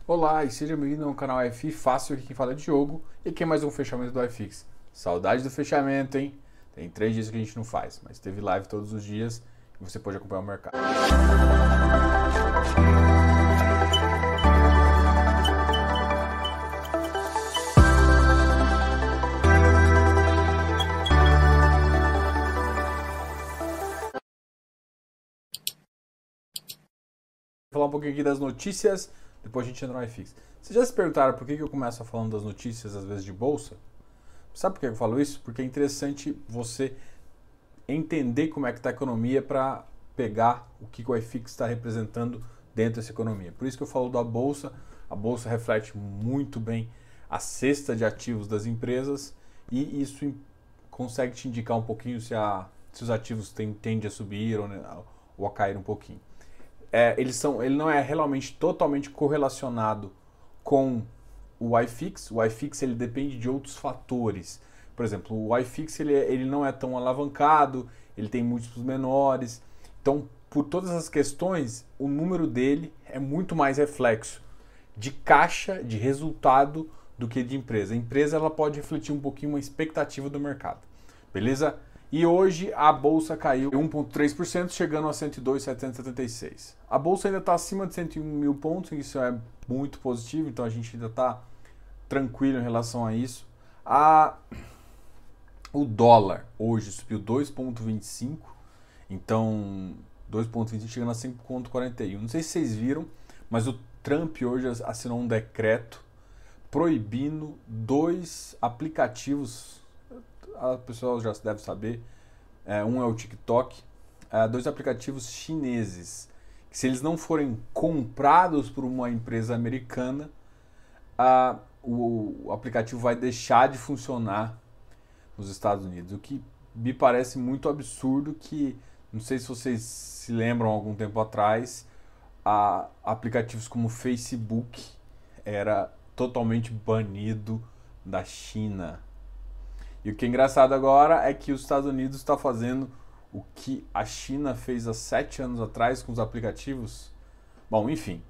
Olá e seja bem-vindo ao canal FI Fácil, aqui quem fala é Diogo e aqui é mais um fechamento do iFix. Saudade do fechamento, hein? Tem 3 dias que a gente não faz, mas teve live todos os dias e você pode acompanhar o mercado. Vou falar um pouquinho aqui das notícias, depois a gente entra no iFix. Vocês já se perguntaram por que eu começo falando das notícias, às vezes, de bolsa? Sabe por que eu falo isso? Porque é interessante você entender como é que está a economia para pegar o que o iFix está representando dentro dessa economia. Por isso que eu falo da bolsa. A bolsa reflete muito bem a cesta de ativos das empresas e isso consegue te indicar um pouquinho se os ativos tendem a subir ou a cair um pouquinho. Ele não é realmente totalmente correlacionado com o iFix. O iFix ele depende de outros fatores. Por exemplo, o iFix ele não é tão alavancado, ele tem múltiplos menores. Então, por todas as questões, o número dele é muito mais reflexo de caixa, de resultado, do que de empresa. A empresa ela pode refletir um pouquinho uma expectativa do mercado. Beleza? E hoje a bolsa caiu 1,3%, chegando a 102.776. A bolsa ainda está acima de 101 mil pontos, isso é muito positivo, então a gente ainda está tranquilo em relação a isso. O dólar hoje subiu 2,25, então 2,25 chegando a 5,41. Não sei se vocês viram, mas o Trump hoje assinou um decreto proibindo 2 aplicativos. A pessoa já deve saber, um é o TikTok, 2 aplicativos chineses, que se eles não forem comprados por uma empresa americana, o aplicativo vai deixar de funcionar nos Estados Unidos, o que me parece muito absurdo, que não sei se vocês se lembram, algum tempo atrás, aplicativos como o Facebook era totalmente banido da China. E o que é engraçado agora é que os Estados Unidos está fazendo o que a China fez há 7 anos atrás com os aplicativos. Bom, enfim,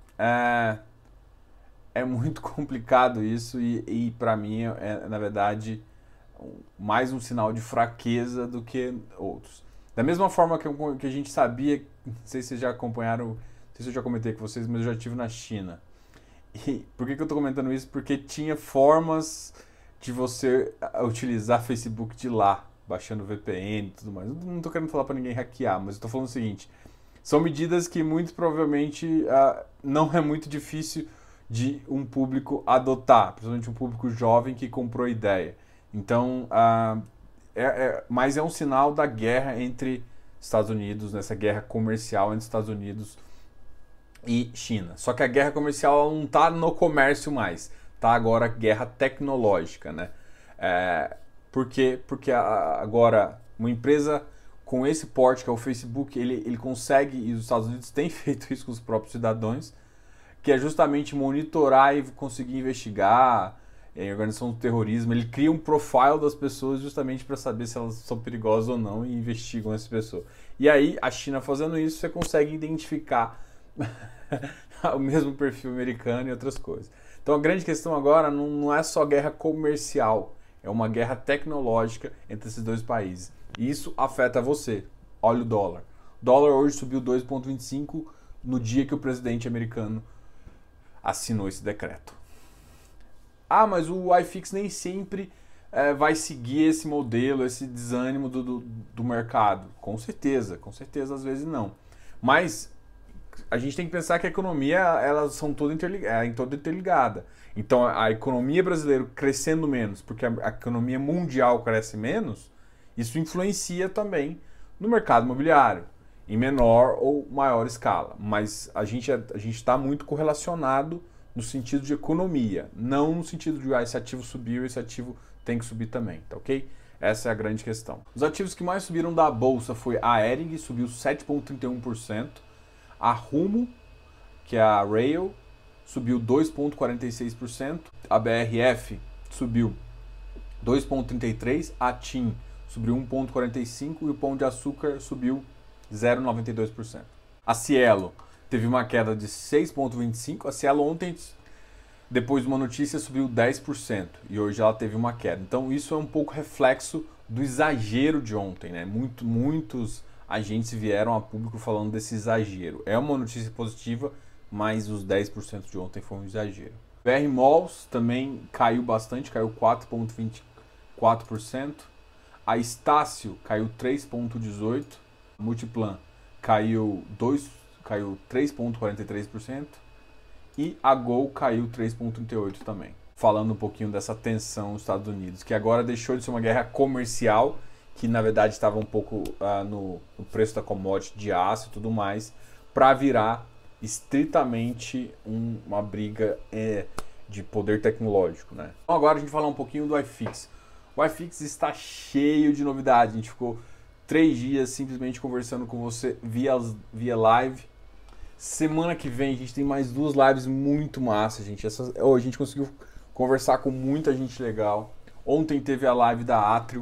é muito complicado isso e para mim na verdade, mais um sinal de fraqueza do que outros. Da mesma forma que a gente sabia, não sei se vocês já acompanharam, não sei se eu já comentei com vocês, mas eu já estive na China. E por que eu estou comentando isso? Porque tinha formas de você utilizar Facebook de lá, baixando VPN e tudo mais. Eu não estou querendo falar para ninguém hackear, mas estou falando o seguinte: são medidas que muito provavelmente não é muito difícil de um público adotar, principalmente um público jovem que comprou a ideia. Então, mas é um sinal da guerra entre Estados Unidos, nessa guerra comercial entre Estados Unidos e China. Só que a guerra comercial ela não está no comércio mais. Tá agora guerra tecnológica, né? Por quê? Porque agora uma empresa com esse porte que é o Facebook, ele consegue, e os Estados Unidos têm feito isso com os próprios cidadãos, que é justamente monitorar e conseguir investigar em organização do terrorismo. Ele cria um profile das pessoas justamente para saber se elas são perigosas ou não e investigam essa pessoa. E aí, a China fazendo isso, você consegue identificar o mesmo perfil americano e outras coisas. Então a grande questão agora não é só guerra comercial, é uma guerra tecnológica entre esses 2 países. E isso afeta você. Olha o dólar. O dólar hoje subiu 2,25 no dia que o presidente americano assinou esse decreto. Mas o iFix nem sempre vai seguir esse modelo, esse desânimo do mercado. Com certeza às vezes não. Mas a gente tem que pensar que a economia, elas são toda interligada. Então, a economia brasileira crescendo menos, porque a economia mundial cresce menos, isso influencia também no mercado imobiliário, em menor ou maior escala. Mas a gente está muito correlacionado no sentido de economia, não no sentido de esse ativo subiu, esse ativo tem que subir também, tá ok? Essa é a grande questão. Os ativos que mais subiram da bolsa foi a Hering, subiu 7,31%. A Rumo, que é a Rail, subiu 2,46%. A BRF subiu 2,33%. A TIM subiu 1,45% e o Pão de Açúcar subiu 0,92%. A Cielo teve uma queda de 6,25%. A Cielo ontem depois de uma notícia subiu 10% e hoje ela teve uma queda. Então isso é um pouco reflexo do exagero de ontem, né? Muitos agentes vieram a público falando desse exagero. É uma notícia positiva, mas os 10% de ontem foi um exagero. BR Malls também caiu bastante, caiu 4,24%. A Estácio caiu 3,18%. Multiplan caiu 3,43%. E a Gol caiu 3,38% também. Falando um pouquinho dessa tensão nos Estados Unidos, que agora deixou de ser uma guerra comercial, que na verdade estava um pouco no preço da commodity de aço e tudo mais, para virar estritamente uma briga de poder tecnológico, né? Então agora a gente vai falar um pouquinho do iFix. O iFix está cheio de novidades. A gente ficou 3 dias simplesmente conversando com você via live. Semana que vem a gente tem mais 2 lives muito massa, gente. A gente conseguiu conversar com muita gente legal. Ontem teve a live da Atrio.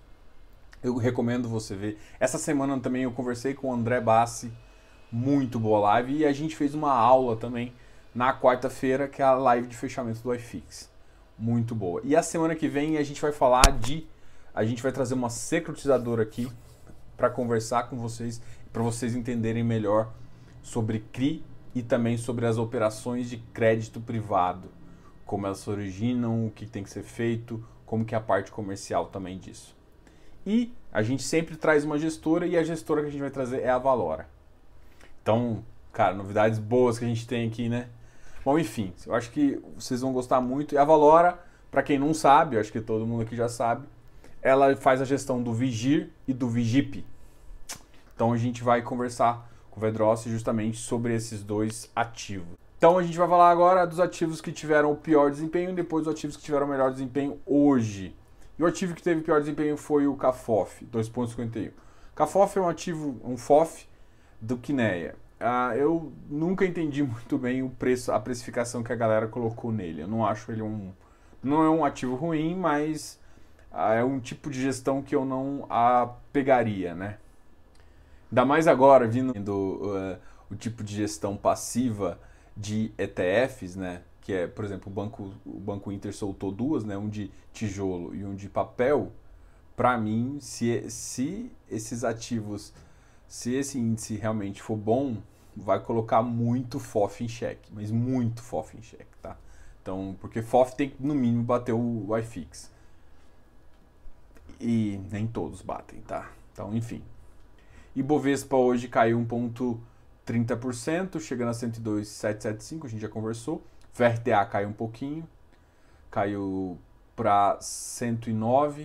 Eu recomendo você ver. Essa semana também eu conversei com o André Bassi. Muito boa live. E a gente fez uma aula também na quarta-feira, que é a live de fechamento do iFix. Muito boa. E a semana que vem a gente vai falar a gente vai trazer uma secretizadora aqui para conversar com vocês, para vocês entenderem melhor sobre CRI e também sobre as operações de crédito privado, como elas se originam, o que tem que ser feito, como que é a parte comercial também disso. E a gente sempre traz uma gestora e a gestora que a gente vai trazer é a Valora. Então, cara, novidades boas que a gente tem aqui, né? Bom, enfim, eu acho que vocês vão gostar muito. E a Valora, para quem não sabe, eu acho que todo mundo aqui já sabe, ela faz a gestão do Vigir e do Vigip. Então a gente vai conversar com o Vedrossi justamente sobre esses 2 ativos. Então a gente vai falar agora dos ativos que tiveram o pior desempenho e depois dos ativos que tiveram o melhor desempenho hoje. E o ativo que teve o pior desempenho foi o CAFOF, 2,51. CAFOF é um ativo, um FOF do Kinea. Eu nunca entendi muito bem o preço, a precificação que a galera colocou nele. Eu não acho ele não é um ativo ruim, mas é um tipo de gestão que eu não pegaria, né? Ainda mais agora, vindo o tipo de gestão passiva de ETFs, né? Que é, por exemplo, o Banco Inter soltou 2, né? Um de tijolo e um de papel. Para mim, se esses ativos, se esse índice realmente for bom, vai colocar muito FOF em xeque, mas muito FOF em xeque, tá? Então, porque FOF tem que, no mínimo, bater o iFix. E nem todos batem, tá? Então, enfim. Ibovespa hoje caiu 1,30%, chegando a 102,775, a gente já conversou. VRTA caiu um pouquinho, caiu para 109,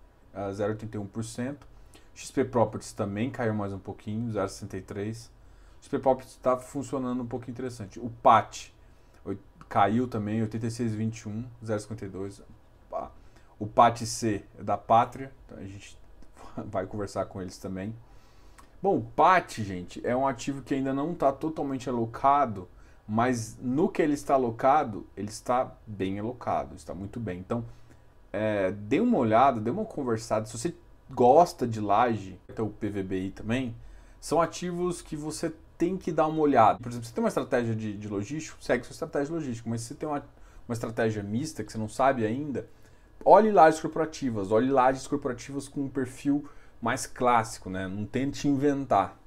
0,81%. XP Properties também caiu mais um pouquinho, 0,63%. XP Properties está funcionando um pouco interessante. O PAT caiu também, 86,21, 0,52%. O PAT-C é da Pátria, então a gente vai conversar com eles também. Bom, o PAT, gente, é um ativo que ainda não está totalmente alocado, mas no que ele está alocado, ele está bem alocado, está muito bem. Então, dê uma olhada, dê uma conversada. Se você gosta de laje, até o PVBI também, são ativos que você tem que dar uma olhada. Por exemplo, você tem uma estratégia de logístico, segue sua estratégia logística, mas se você tem uma estratégia mista que você não sabe ainda, olhe lajes corporativas com um perfil mais clássico, né? Não tente inventar.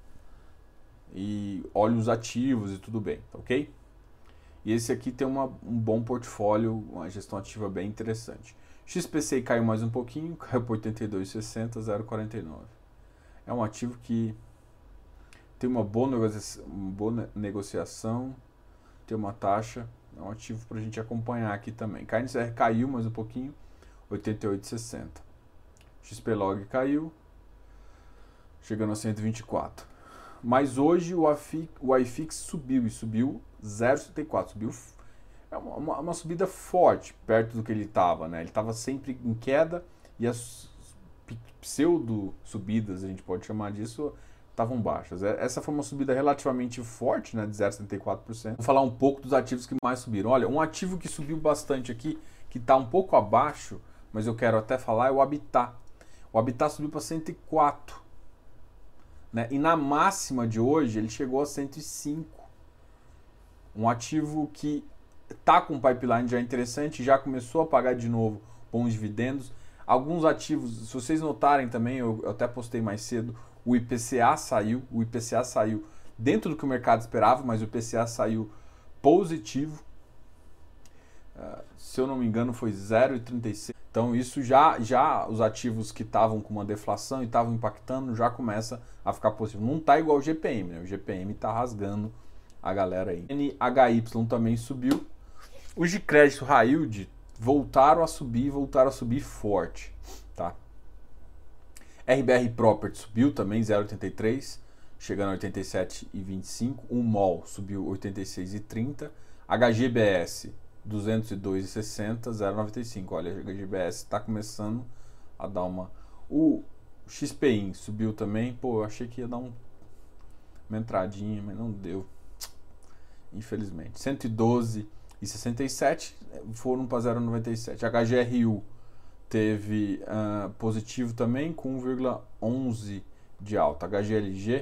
E olhe os ativos e tudo bem, tá ok? E esse aqui tem um bom portfólio, uma gestão ativa bem interessante. XPCI caiu mais um pouquinho, caiu para 82,60, 0,49. É um ativo que tem uma boa negociação, tem uma taxa, é um ativo para a gente acompanhar aqui também. KNCR caiu mais um pouquinho, 88,60. XPlog caiu, chegando a 124. Mas hoje o iFix subiu, e subiu 0,74. Subiu, é uma subida forte, perto do que ele estava, né? Ele estava sempre em queda e as pseudo-subidas, a gente pode chamar disso, estavam baixas. Essa foi uma subida relativamente forte, né, de 0,74%. Vou falar um pouco dos ativos que mais subiram. Olha, um ativo que subiu bastante aqui, que está um pouco abaixo, mas eu quero até falar, é o Habitat. O Habitat subiu para 104. Né? E na máxima de hoje ele chegou a 105. Um ativo que tá com um pipeline já interessante, já começou a pagar de novo bons dividendos. Alguns ativos, se vocês notarem também, eu até postei mais cedo, o IPCA saiu dentro do que o mercado esperava, mas o IPCA saiu positivo. Se eu não me engano foi 0,36. Então isso já os ativos que estavam com uma deflação e estavam impactando já começa a ficar positivo. Não está igual o GPM, né? O GPM está rasgando a galera aí. NHY também subiu. Os de crédito high yield voltaram a subir forte, tá? RBR Property subiu também 0,83, chegando a 87,25. O MOL subiu 86,30. HGBS 202,60, 0,95. Olha, a HGBS está começando a dar uma... O XPIN subiu também. Pô, eu achei que ia dar uma entradinha, mas não deu. Infelizmente. 112,67 foram para 0,97. HGRU teve positivo também com 1,11 de alta. HGLG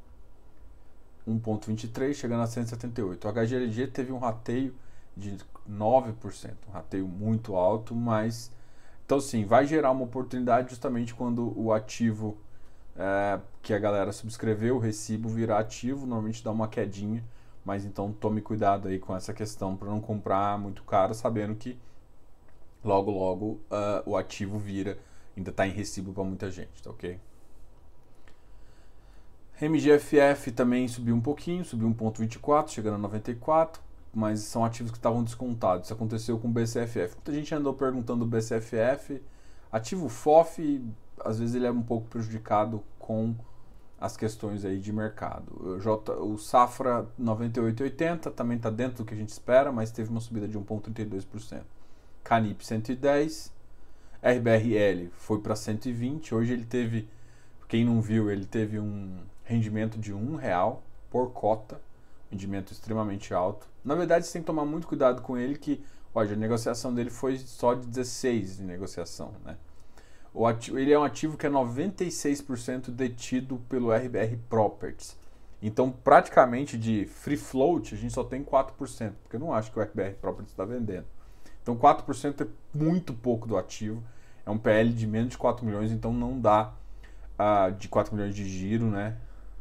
1,23 chegando a 178. O HGLG teve um rateio de 9%, um rateio muito alto, mas então sim, vai gerar uma oportunidade justamente quando o ativo que a galera subscreveu, o recibo virar ativo, normalmente dá uma quedinha, mas então tome cuidado aí com essa questão para não comprar muito caro, sabendo que logo o ativo vira, ainda está em recibo para muita gente, tá ok? MGFF também subiu um pouquinho, subiu 1,24, chegando a 94, mas são ativos que estavam descontados. Isso aconteceu com o BCFF. Muita gente andou perguntando do BCFF. Ativo FOF, às vezes ele é um pouco prejudicado com as questões aí de mercado. O Safra 98,80 também está dentro do que a gente espera, mas teve uma subida de 1,32%. Canip 110, RBRL foi para 120. Hoje ele teve, quem não viu, ele teve um rendimento de R$1 por cota, rendimento extremamente alto. Na verdade, você tem que tomar muito cuidado com ele, que olha, a negociação dele foi só de 16 de negociação, né? Ele é um ativo que é 96% detido pelo RBR Properties. Então, praticamente de free float, a gente só tem 4%, porque eu não acho que o RBR Properties está vendendo. Então, 4% é muito pouco do ativo. É um PL de menos de 4 milhões, então não dá de 4 milhões de giro, né?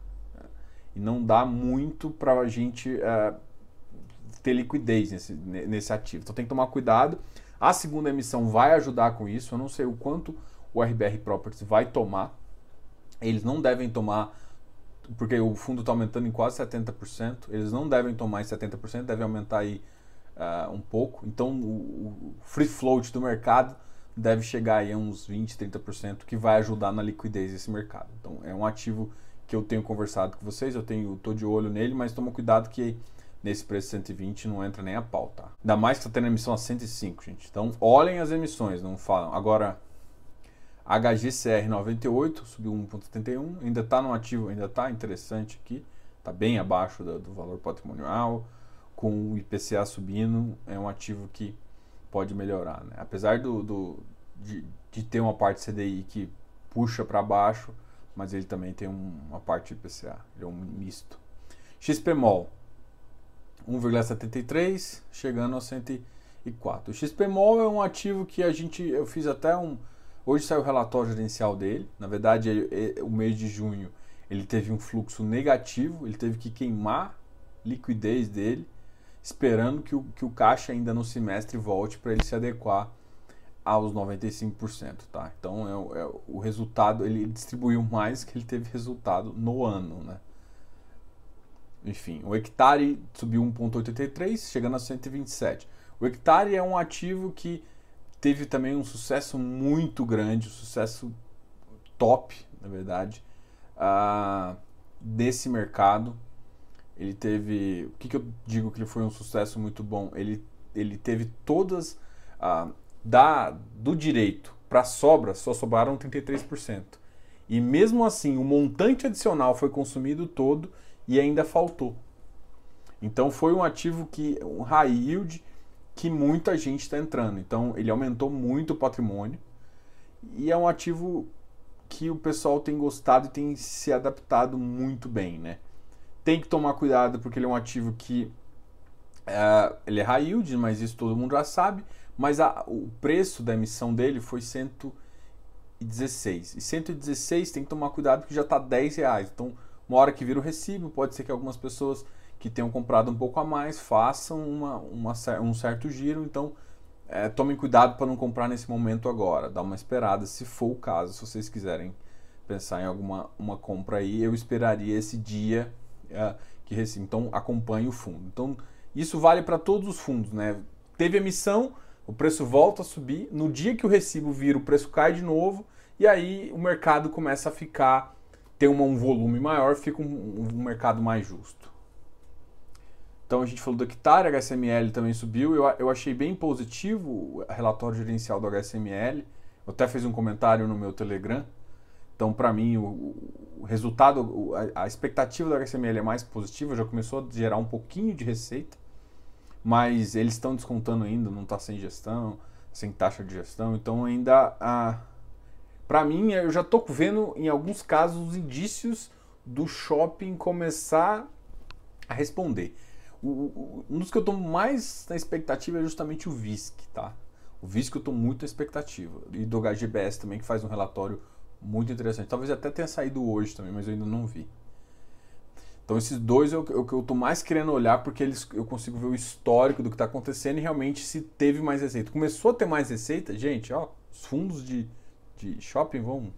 E não dá muito para a gente ter liquidez nesse ativo. Então tem que tomar cuidado. A segunda emissão vai ajudar com isso. Eu não sei o quanto o RBR Properties vai tomar. Eles não devem tomar, porque o fundo está aumentando em quase 70%. Eles não devem tomar em 70%, devem aumentar aí um pouco. Então o free float do mercado deve chegar aí a uns 20%, 30%, que vai ajudar na liquidez desse mercado. Então é um ativo que eu tenho conversado com vocês, tô de olho nele, mas toma cuidado que nesse preço 120 não entra nem a pau, tá? Ainda mais que está tendo emissão a 105, gente. Então olhem as emissões, não falam. Agora, HGCR 98 subiu 1,71, ainda está no ativo, ainda está interessante aqui, está bem abaixo do valor patrimonial, com o IPCA subindo, é um ativo que pode melhorar, né? Apesar de ter uma parte CDI que puxa para baixo, mas ele também tem uma parte IPCA, ele é um misto. XPMOL 1,73, chegando a 104. O XPMOL é um ativo que eu fiz até hoje saiu o relatório gerencial dele. Na verdade, o mês de junho ele teve um fluxo negativo, ele teve que queimar liquidez dele, esperando que o caixa ainda no semestre volte para ele se adequar aos 95%, tá? Então o resultado, ele distribuiu mais que ele teve resultado no ano, né? Enfim, o hectare subiu 1,83, chegando a 127. O hectare é um ativo que teve também um sucesso muito grande, um sucesso top, na verdade, desse mercado. Ele teve... O que eu digo que ele foi um sucesso muito bom? Ele teve todas... do direito para sobra, só sobraram 33%. E mesmo assim, o montante adicional foi consumido todo e ainda faltou. Então foi um ativo um high yield que muita gente está entrando. Então ele aumentou muito o patrimônio e é um ativo que o pessoal tem gostado e tem se adaptado muito bem, né? Tem que tomar cuidado porque ele é um ativo que Ele é high yield, mas isso todo mundo já sabe, mas o preço da emissão dele foi 116. E 116 tem que tomar cuidado porque já está R$10. Então, uma hora que vira o recibo, pode ser que algumas pessoas que tenham comprado um pouco a mais façam um certo giro. Então, tomem cuidado para não comprar nesse momento agora. Dá uma esperada, se for o caso. Se vocês quiserem pensar em uma compra aí, eu esperaria esse dia que recibe. Então, acompanhe o fundo. Então, isso vale para todos os fundos, né? Teve emissão, o preço volta a subir. No dia que o recibo vira, o preço cai de novo. E aí o mercado começa a ter um volume maior, fica um mercado mais justo. Então a gente falou do hectare, HSML também subiu. Eu achei bem positivo o relatório gerencial do HSML. Eu até fiz um comentário no meu Telegram. Então, para mim, o resultado, a expectativa do HSML é mais positiva, já começou a gerar um pouquinho de receita, mas eles estão descontando ainda, não está sem gestão, sem taxa de gestão, então ainda, para mim, eu já estou vendo em alguns casos os indícios do shopping começar a responder. Um dos que eu estou mais na expectativa é justamente o VISC, tá? O VISC eu estou muito na expectativa, e do HGBS também, que faz um relatório muito interessante. Talvez até tenha saído hoje também, mas eu ainda não vi. Então esses dois é o que eu estou mais querendo olhar, porque eu consigo ver o histórico do que está acontecendo e realmente se teve mais receita. Começou a ter mais receita, gente, ó, os fundos de shopping vão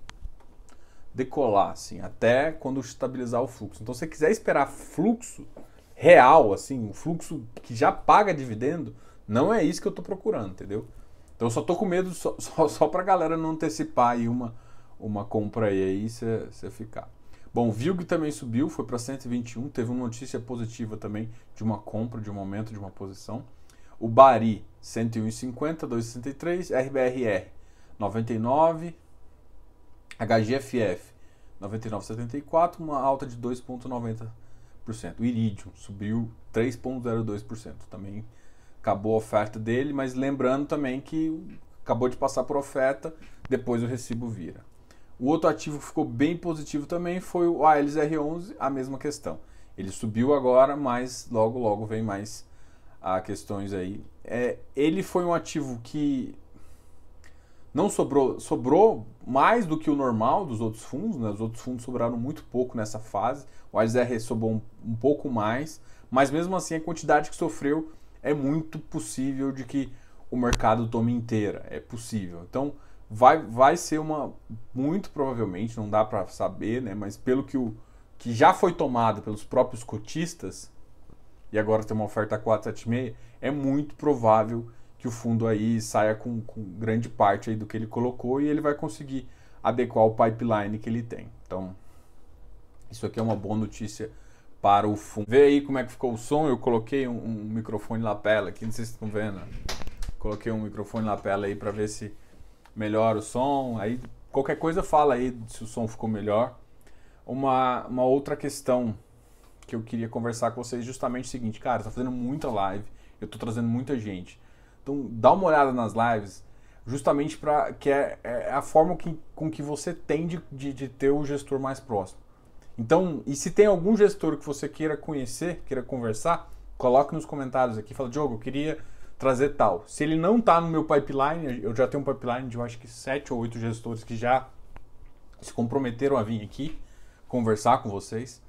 decolar, assim, até quando estabilizar o fluxo. Então se você quiser esperar fluxo real, assim, um fluxo que já paga dividendo, não é isso que eu estou procurando, entendeu? Então eu só estou com medo só para a galera não antecipar aí uma compra aí você ficar. Bom, o VILG também subiu, foi para 121, teve uma notícia positiva também de uma compra, de um aumento de uma posição. O BARI, 101,50, 2,63, RBRR, 99, HGFF, 99,74, uma alta de 2,90%. O Iridium subiu 3,02%, também acabou a oferta dele, mas lembrando também que acabou de passar por oferta, depois o recibo vira. O outro ativo que ficou bem positivo também foi o ALSR11, a mesma questão. Ele subiu agora, mas logo vem mais questões aí. Ele foi um ativo que não sobrou mais do que o normal dos outros fundos, né? Os outros fundos sobraram muito pouco nessa fase. O ALSR sobrou um pouco mais, mas mesmo assim a quantidade que sofreu é muito possível de que o mercado tome inteira. É possível. Então, vai ser muito provavelmente, não dá para saber, né? Mas pelo que já foi tomado pelos próprios cotistas, e agora tem uma oferta 476, é muito provável que o fundo aí saia com grande parte aí do que ele colocou e ele vai conseguir adequar o pipeline que ele tem. Então, isso aqui é uma boa notícia para o fundo. Vê aí como é que ficou o som, eu coloquei um microfone lapela aqui, não sei se vocês estão vendo. Coloquei um microfone lapela aí para ver se melhora o som, aí qualquer coisa fala aí se o som ficou melhor. Uma outra questão que eu queria conversar com vocês justamente o seguinte, cara, tá fazendo muita live, eu tô trazendo muita gente. Então dá uma olhada nas lives, justamente para que é a forma com que você tem de ter o gestor mais próximo. Então, e se tem algum gestor que você queira conhecer, queira conversar, coloque nos comentários aqui, fala, Diogo, eu queria trazer tal. Se ele não está no meu pipeline, eu já tenho um pipeline de eu acho que 7 ou 8 gestores que já se comprometeram a vir aqui conversar com vocês,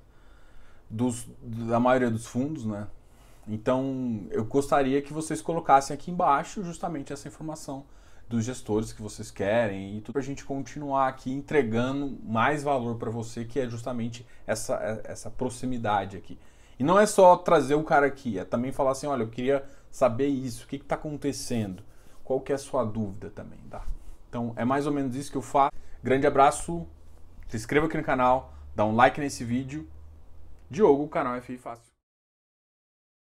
da maioria dos fundos, né? Então, eu gostaria que vocês colocassem aqui embaixo justamente essa informação dos gestores que vocês querem e tudo para a gente continuar aqui entregando mais valor para você, que é justamente essa proximidade aqui. E não é só trazer o cara aqui, é também falar assim, olha, eu queria saber isso, o que está acontecendo, qual que é a sua dúvida também, tá? Então, é mais ou menos isso que eu faço. Grande abraço, se inscreva aqui no canal, dá um like nesse vídeo. Diogo, o canal FI Fácil.